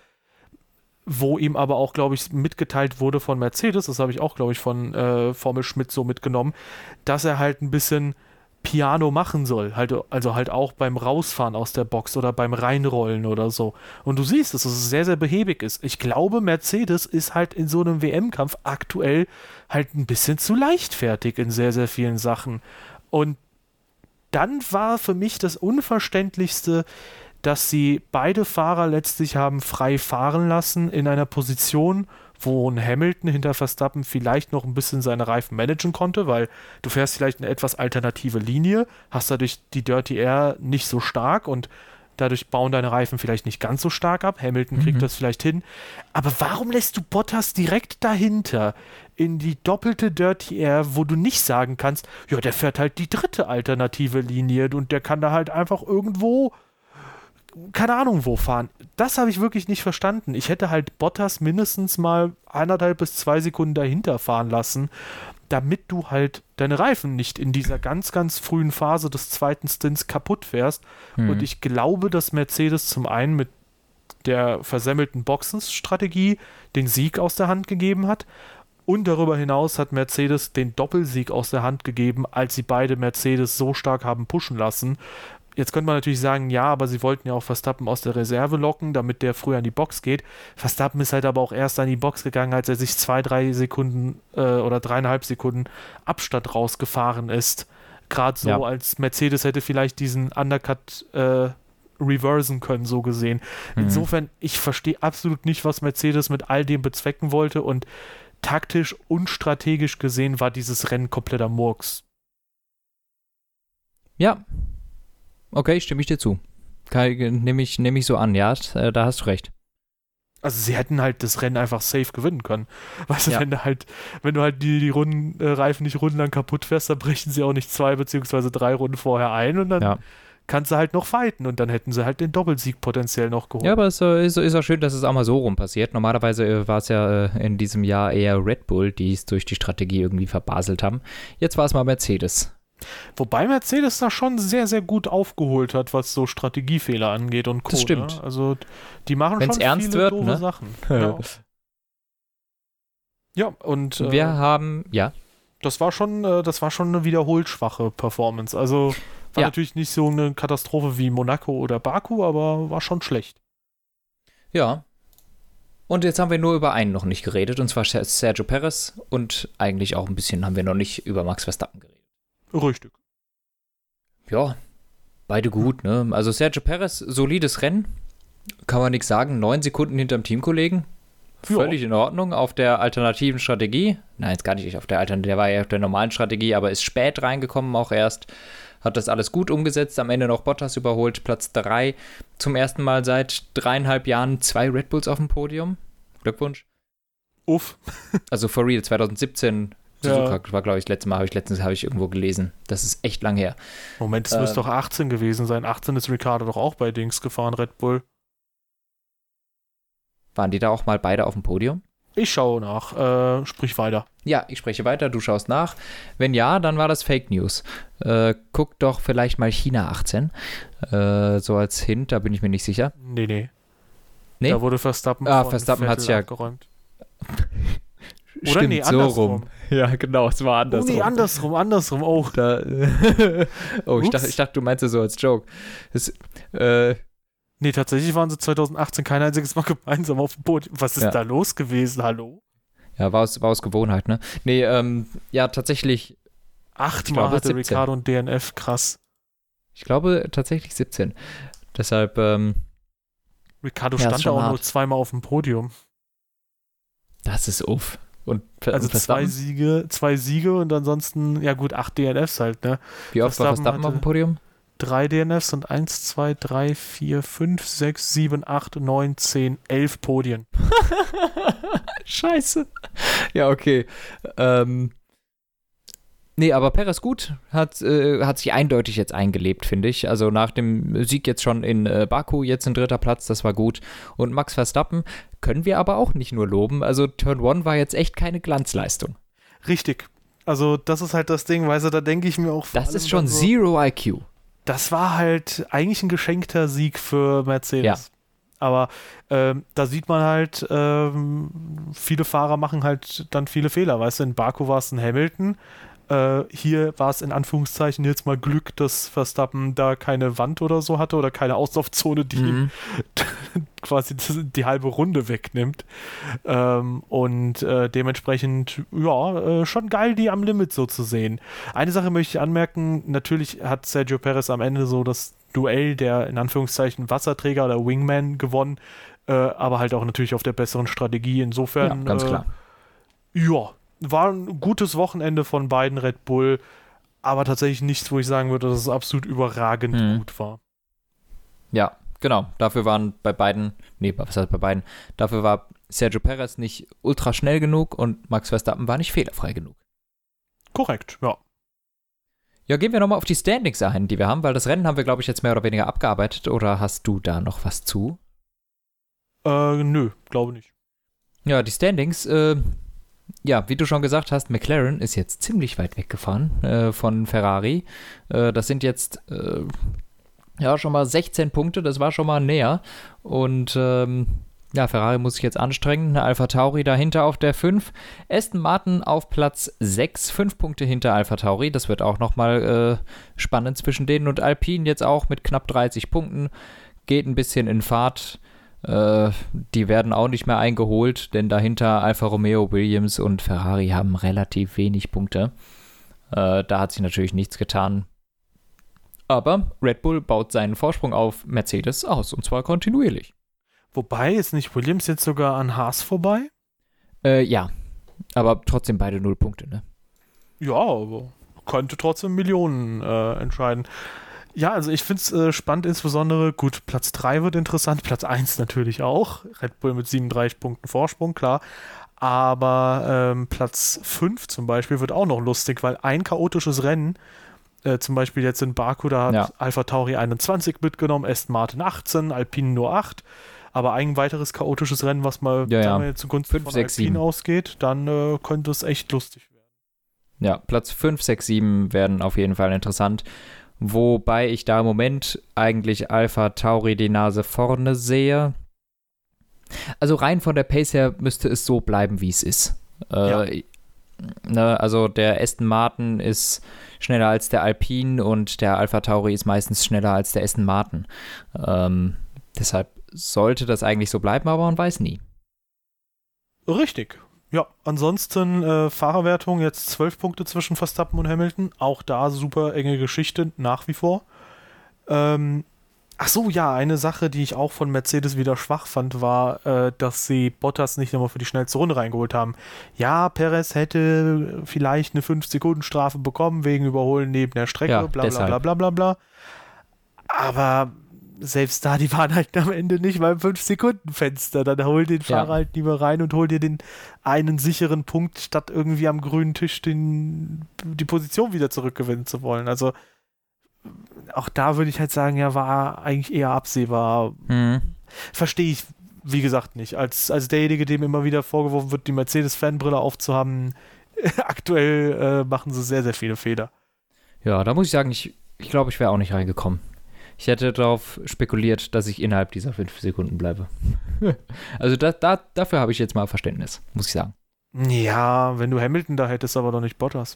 wo ihm aber auch, glaube ich, mitgeteilt wurde von Mercedes, das habe ich auch, glaube ich, von äh, Formel Schmidt so mitgenommen, dass er halt ein bisschen Piano machen soll, halt, also halt auch beim Rausfahren aus der Box oder beim Reinrollen oder so. Und du siehst, dass es sehr, sehr behäbig ist. Ich glaube, Mercedes ist halt in so einem W M-Kampf aktuell halt ein bisschen zu leichtfertig in sehr, sehr vielen Sachen. Und dann war für mich das Unverständlichste, dass sie beide Fahrer letztlich haben frei fahren lassen in einer Position, wo ein Hamilton hinter Verstappen vielleicht noch ein bisschen seine Reifen managen konnte, weil du fährst vielleicht eine etwas alternative Linie, hast dadurch die Dirty Air nicht so stark und dadurch bauen deine Reifen vielleicht nicht ganz so stark ab. Hamilton kriegt mhm. das vielleicht hin. Aber warum lässt du Bottas direkt dahinter in die doppelte Dirty Air, wo du nicht sagen kannst, ja, der fährt halt die dritte alternative Linie und der kann da halt einfach irgendwo keine Ahnung wo fahren. Das habe ich wirklich nicht verstanden. Ich hätte halt Bottas mindestens mal eineinhalb bis zwei Sekunden dahinter fahren lassen, damit du halt deine Reifen nicht in dieser ganz, ganz frühen Phase des zweiten Stints kaputt fährst. Hm. Und ich glaube, dass Mercedes zum einen mit der versemmelten Boxenstrategie den Sieg aus der Hand gegeben hat und darüber hinaus hat Mercedes den Doppelsieg aus der Hand gegeben, als sie beide Mercedes so stark haben pushen lassen. Jetzt könnte man natürlich sagen, ja, aber sie wollten ja auch Verstappen aus der Reserve locken, damit der früher an die Box geht. Verstappen ist halt aber auch erst an die Box gegangen, als er sich zwei, drei Sekunden äh, oder dreieinhalb Sekunden Abstand rausgefahren ist. Gerade so, ja. als Mercedes hätte vielleicht diesen Undercut äh, reversen können, so gesehen. Mhm. Insofern, ich verstehe absolut nicht, was Mercedes mit all dem bezwecken wollte und taktisch und strategisch gesehen war dieses Rennen kompletter Murks. Ja, okay, stimme ich dir zu. Nehme ich, nehm ich so an, ja, da hast du recht. Also sie hätten halt das Rennen einfach safe gewinnen können. Weißt du, ja. wenn du halt, wenn du halt die, die Runden, äh, Reifen nicht rundenlang kaputt fährst, dann brechen sie auch nicht zwei beziehungsweise drei Runden vorher ein und dann ja. kannst du halt noch fighten und dann hätten sie halt den Doppelsieg potenziell noch geholt. Ja, aber es ist, ist auch schön, dass es auch mal so rum passiert. Normalerweise war es ja in diesem Jahr eher Red Bull, die es durch die Strategie irgendwie verbaselt haben. Jetzt war es mal Mercedes. Wobei Mercedes da schon sehr, sehr gut aufgeholt hat, was so Strategiefehler angeht und Co. Das stimmt. Ne? Also die machen Wenn's schon ernst viele wird, doofe ne? Sachen. Ja, ja und äh, wir haben, ja. Das war schon, äh, das war schon eine wiederholt schwache Performance. Also war ja. natürlich nicht so eine Katastrophe wie Monaco oder Baku, aber war schon schlecht. Ja. Und jetzt haben wir nur über einen noch nicht geredet, und zwar Sergio Perez und eigentlich auch ein bisschen haben wir noch nicht über Max Verstappen geredet. Richtig. Ja, beide gut, ne? Also Sergio Perez, solides Rennen, kann man nichts sagen, neun Sekunden hinterm Teamkollegen, völlig ja. in Ordnung, auf der alternativen Strategie, nein, jetzt gar nicht auf der alternativen, der war ja auf der normalen Strategie, aber ist spät reingekommen auch erst, hat das alles gut umgesetzt, am Ende noch Bottas überholt, Platz drei, zum ersten Mal seit dreieinhalb Jahren zwei Red Bulls auf dem Podium, Glückwunsch. Uff. Also for real, zwanzig siebzehn Suzuka Ja. war, glaube ich, letztes Mal, habe ich letztens habe ich irgendwo gelesen. Das ist echt lang her. Moment, es Ähm. müsste doch achtzehn gewesen sein. achtzehn ist Ricciardo doch auch bei Dings gefahren, Red Bull. Waren die da auch mal beide auf dem Podium? Ich schaue nach. Äh, sprich weiter. Ja, ich spreche weiter, du schaust nach. Wenn ja, dann war das Fake News. Äh, guck doch vielleicht mal China achtzehn. Äh, so als Hint, da bin ich mir nicht sicher. Nee, nee. Nee? Da wurde Verstappen Ah, von Verstappen hat's Vettel ja- abgeräumt. Oder Stimmt, nee, so andersrum. rum. Ja, genau, es war Oh andersrum. nee, andersrum, andersrum. Oh, Da, oh, ich Ups. dachte, ich dachte, du meinst es so als Joke. Das, äh, nee, tatsächlich waren sie zwanzig achtzehn kein einziges Mal gemeinsam auf dem Boot. Was ist Ja. da los gewesen? Hallo? ja, war aus, war aus Gewohnheit, ne? Nee, ähm, ja, tatsächlich, Achtmal glaube, hatte siebzehn. Ricciardo und D N F. Krass. ich glaube tatsächlich siebzehn. Deshalb, ähm, Ricciardo Ja, ist stand da schon auch hart. nur zweimal auf dem Podium. das ist uff. Und, Also und zwei Verstappen, Siege, zwei Siege und ansonsten, ja gut, acht D N Fs halt, ne? wie oft war Verstappen Verstappen auf hatte- dem Podium? Drei D N Fs und eins, zwei, drei, vier, fünf, sechs, sieben, acht, neun, zehn, elf Podien. Scheiße. Ja, okay. Ähm, nee, aber Perez gut, hat, äh, hat sich eindeutig jetzt eingelebt, finde ich. Also nach dem Sieg jetzt schon in äh, Baku, jetzt in dritter Platz, das war gut. Und Max Verstappen können wir aber auch nicht nur loben. Also Turn One war jetzt echt keine Glanzleistung. Richtig. Also das ist halt das Ding, weißt du, da denke ich mir auch vor Das allem ist schon dann so, Zero I Q. das war halt eigentlich ein geschenkter Sieg für Mercedes. Ja. Aber ähm, da sieht man halt, ähm, viele Fahrer machen halt dann viele Fehler. Weißt du, in Baku war es ein Hamilton. Äh, hier war es in Anführungszeichen jetzt mal Glück, dass Verstappen da keine Wand oder so hatte oder keine Auslaufzone, die ihm Mhm. quasi das, die halbe Runde wegnimmt. Ähm, und äh, dementsprechend, ja, äh, schon geil, die am Limit so zu sehen. Eine Sache möchte ich anmerken, natürlich hat Sergio Perez am Ende so das Duell der in Anführungszeichen Wasserträger oder Wingman gewonnen, äh, aber halt auch natürlich auf der besseren Strategie. Insofern, Ja, ganz äh, klar. ja, war ein gutes Wochenende von beiden Red Bull, aber tatsächlich nichts, wo ich sagen würde, dass es absolut überragend Mhm. gut war. Ja, genau. Dafür waren bei beiden, nee, was heißt bei beiden? Dafür war Sergio Perez nicht ultra schnell genug und Max Verstappen war nicht fehlerfrei genug. Korrekt, ja. Ja, gehen wir nochmal auf die Standings ein, die wir haben, weil das Rennen haben wir, glaube ich, jetzt mehr oder weniger abgearbeitet. Oder hast du da noch was zu? Äh, nö, glaube nicht. Ja, die Standings, äh, ja, wie du schon gesagt hast, McLaren ist jetzt ziemlich weit weggefahren äh, von Ferrari. Äh, das sind jetzt, äh, ja, schon mal sechzehn Punkte, das war schon mal näher. Und, ähm, ja, Ferrari muss sich jetzt anstrengen. Alpha Tauri dahinter auf der fünf. Aston Martin auf Platz sechs, fünf Punkte hinter Alpha Tauri. Das wird auch nochmal äh, spannend zwischen denen. Und Alpine jetzt auch mit knapp dreißig Punkten. Geht ein bisschen in Fahrt. Äh, die werden auch nicht mehr eingeholt, denn dahinter Alfa Romeo, Williams und Ferrari haben relativ wenig Punkte. Äh, da hat sich natürlich nichts getan. Aber Red Bull baut seinen Vorsprung auf Mercedes aus, und zwar kontinuierlich. Wobei, ist nicht Williams jetzt sogar an Haas vorbei? Äh, ja, aber trotzdem beide null Punkte, ne? Ja, aber könnte trotzdem Millionen äh, entscheiden. Ja, also ich finde es äh, spannend, insbesondere, gut, Platz drei wird interessant, Platz eins natürlich auch. Red Bull mit siebenunddreißig Punkten Vorsprung, klar. Aber ähm, Platz fünf zum Beispiel wird auch noch lustig, weil ein chaotisches Rennen, äh, zum Beispiel jetzt in Baku, da hat Ja. Alpha Tauri einundzwanzig mitgenommen, Aston Martin achtzehn, Alpine nur acht. Aber ein weiteres chaotisches Rennen, was mal, Ja, ja. sagen wir jetzt zugunsten Fünf, von sechs, Alpine sieben. ausgeht, dann äh, könnte es echt lustig werden. Ja, Platz fünf, sechs, sieben werden auf jeden Fall interessant. Wobei ich da im Moment eigentlich Alpha Tauri die Nase vorne sehe. Also rein von der Pace her müsste es so bleiben, wie es ist. Äh, ne, also der Aston Martin ist schneller als der Alpine und der Alpha Tauri ist meistens schneller als der Aston Martin. Ähm, deshalb sollte das eigentlich so bleiben, aber man weiß nie. Richtig. Ja, ansonsten äh, Fahrerwertung jetzt zwölf Punkte zwischen Verstappen und Hamilton. Auch da super enge Geschichte nach wie vor. Ähm, ach so, ja, eine Sache, die ich auch von Mercedes wieder schwach fand, war, äh, dass sie Bottas nicht nochmal für die schnellste Runde reingeholt haben. Ja, Perez hätte vielleicht eine fünf Sekunden Strafe bekommen wegen Überholen neben der Strecke, Ja, bla bla deshalb. bla bla bla bla. Aber selbst da, die waren halt am Ende nicht mal im fünf Sekunden Fenster. Dann hol den Fahrer Ja. halt lieber rein und hol dir den einen sicheren Punkt, statt irgendwie am grünen Tisch den, die Position wieder zurückgewinnen zu wollen. Also auch da würde ich halt sagen, ja, war eigentlich eher absehbar. Mhm. Verstehe ich, wie gesagt, nicht. Als, als derjenige, dem immer wieder vorgeworfen wird, die Mercedes-Fanbrille aufzuhaben, aktuell äh, machen sie sehr, sehr viele Fehler. Ja, da muss ich sagen, ich, ich glaube, ich wäre auch nicht reingekommen. Ich hätte darauf spekuliert, dass ich innerhalb dieser fünf Sekunden bleibe. Also da, da, dafür habe ich jetzt mal Verständnis, muss ich sagen. Ja, wenn du Hamilton da hättest, aber doch nicht Bottas.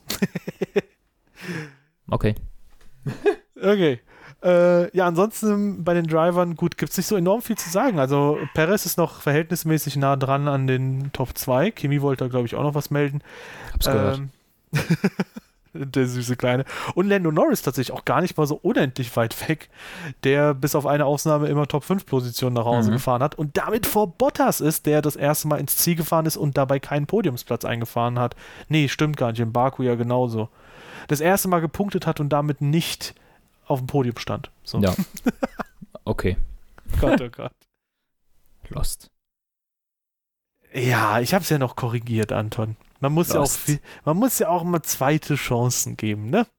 Okay. Okay. Äh, ja, ansonsten bei den Drivern, gut, gibt es nicht so enorm viel zu sagen. Also Perez ist noch verhältnismäßig nah dran an den Top zwei. Kimi wollte da, glaube ich, auch noch was melden. Hab's gehört. Ähm, der süße Kleine. Und Lando Norris tatsächlich auch gar nicht mal so unendlich weit weg, der bis auf eine Ausnahme immer Top fünf Position nach Hause Mhm. gefahren hat und damit vor Bottas ist, der das erste Mal ins Ziel gefahren ist und dabei keinen Podiumsplatz eingefahren hat. Nee, stimmt gar nicht. In Baku ja genauso. Das erste Mal gepunktet hat und damit nicht auf dem Podium stand. So. Ja. Okay. Gott, oh Gott. Lost. Ja, ich habe es ja noch korrigiert, Anton. Man muss ja auch Lost. viel, man muss ja auch mal zweite Chancen geben, ne?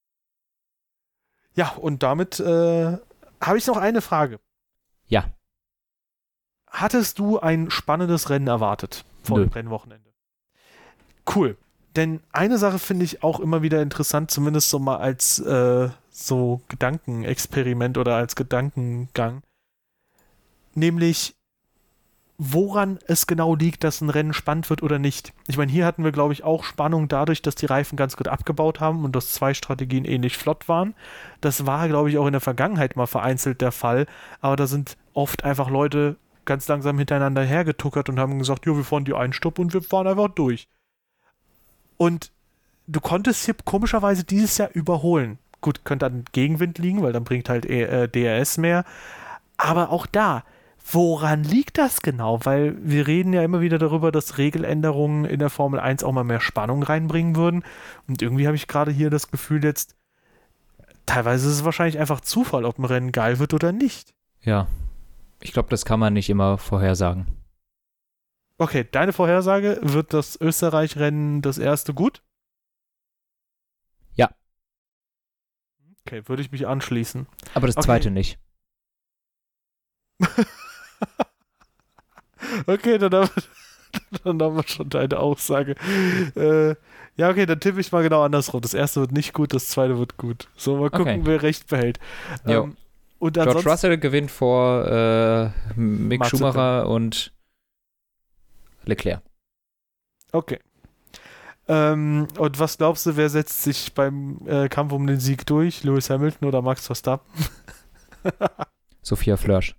Ja, und damit äh, habe ich noch eine Frage. Ja. Hattest du ein spannendes Rennen erwartet vor Nö. dem Rennwochenende? Cool. Denn eine Sache finde ich auch immer wieder interessant, zumindest so mal als äh, so Gedankenexperiment oder als Gedankengang. Nämlich, woran es genau liegt, dass ein Rennen spannend wird oder nicht. Ich meine, hier hatten wir, glaube ich, auch Spannung dadurch, dass die Reifen ganz gut abgebaut haben und dass zwei Strategien ähnlich flott waren. Das war, glaube ich, auch in der Vergangenheit mal vereinzelt der Fall, aber da sind oft einfach Leute ganz langsam hintereinander hergetuckert und haben gesagt, jo, wir fahren die einen Stopp und wir fahren einfach durch. Und du konntest hier komischerweise dieses Jahr überholen. Gut, könnte an Gegenwind liegen, weil dann bringt halt äh, D R S mehr. Aber auch da, woran liegt das genau? Weil wir reden ja immer wieder darüber, dass Regeländerungen in der Formel eins auch mal mehr Spannung reinbringen würden. Und irgendwie habe ich gerade hier das Gefühl jetzt, teilweise ist es wahrscheinlich einfach Zufall, ob ein Rennen geil wird oder nicht. Ja. Ich glaube, das kann man nicht immer vorhersagen. Okay, deine Vorhersage, wird das Österreich-Rennen das erste gut? Ja. Okay, würde ich mich anschließen. Aber das Okay. zweite nicht. Okay, dann haben, wir, dann haben wir schon deine Aussage. Äh, ja, okay, dann tippe ich mal genau andersrum. Das erste wird nicht gut, das zweite wird gut. So, mal gucken, Okay. wer recht behält. Jo. Ähm, und George ansonsten, Russell gewinnt vor äh, Mick Mazepin. Schumacher und Leclerc. Okay. Ähm, und was glaubst du, wer setzt sich beim äh, Kampf um den Sieg durch? Lewis Hamilton oder Max Verstappen? Sophia Flörsch.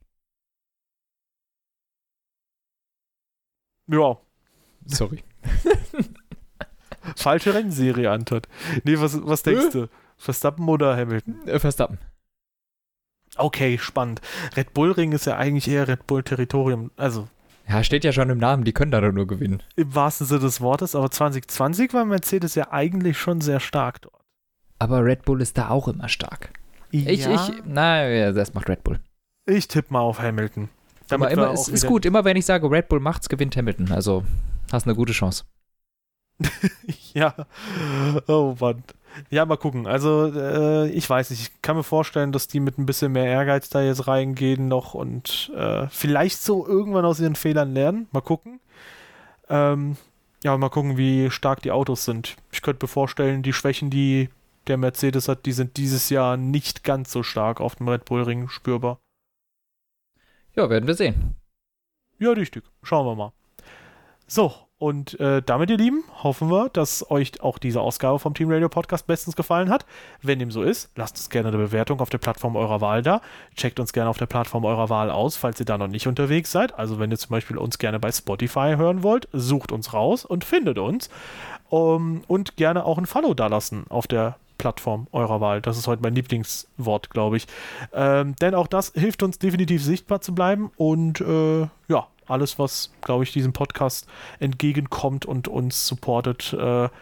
Ja, Sorry. falsche Rennserie, Anton. Nee, was, was denkst du? Verstappen oder Hamilton? Äh, Verstappen. Okay, spannend. Red Bull Ring ist ja eigentlich eher Red Bull Territorium, also Ja, steht ja schon im Namen, die können da doch nur gewinnen. im wahrsten Sinne des Wortes, aber zwanzig zwanzig war Mercedes ja eigentlich schon sehr stark dort. Aber Red Bull ist da auch immer stark. Ich, ja, ich, na, ja, das macht Red Bull. ich tippe mal auf Hamilton. Aber wir immer, auch es ist wieder- gut, immer wenn ich sage, Red Bull macht's, gewinnt Hamilton. Also, hast eine gute Chance. Ja, oh Mann. Ja, mal gucken. Also, äh, ich weiß nicht. Ich kann mir vorstellen, dass die mit ein bisschen mehr Ehrgeiz da jetzt reingehen noch und äh, vielleicht so irgendwann aus ihren Fehlern lernen. Mal gucken. Ähm, ja, mal gucken, wie stark die Autos sind. Ich könnte mir vorstellen, die Schwächen, die der Mercedes hat, die sind dieses Jahr nicht ganz so stark auf dem Red Bull Ring spürbar. Ja, werden wir sehen. Ja, richtig. Schauen wir mal. So, und äh, damit, ihr Lieben, hoffen wir, dass euch auch diese Ausgabe vom Team Radio Podcast bestens gefallen hat. Wenn dem so ist, lasst uns gerne eine Bewertung auf der Plattform eurer Wahl da. Checkt uns gerne auf der Plattform eurer Wahl aus, falls ihr da noch nicht unterwegs seid. Also wenn ihr zum Beispiel uns gerne bei Spotify hören wollt, sucht uns raus und findet uns. Um, und gerne auch ein Follow da lassen auf der Plattform eurer Wahl. Das ist heute mein Lieblingswort, glaube ich. Ähm, denn auch das hilft uns definitiv sichtbar zu bleiben und äh, ja, alles, was, glaube ich, diesem Podcast entgegenkommt und uns supportet, äh,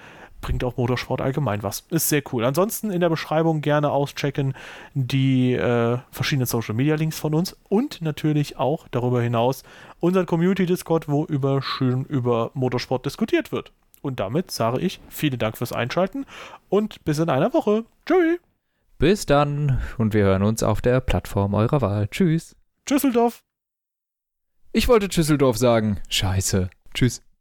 bringt auch Motorsport allgemein was. Ist sehr cool. Ansonsten in der Beschreibung gerne auschecken die äh, verschiedenen Social-Media-Links von uns und natürlich auch darüber hinaus unseren Community-Discord, wo über schön über Motorsport diskutiert wird. Und damit sage ich vielen Dank fürs Einschalten und bis in einer Woche. Tschüss. Bis dann und wir hören uns auf der Plattform eurer Wahl. Tschüss. Tschüsseldorf. Ich wollte Tschüsseldorf sagen. Scheiße. Tschüss.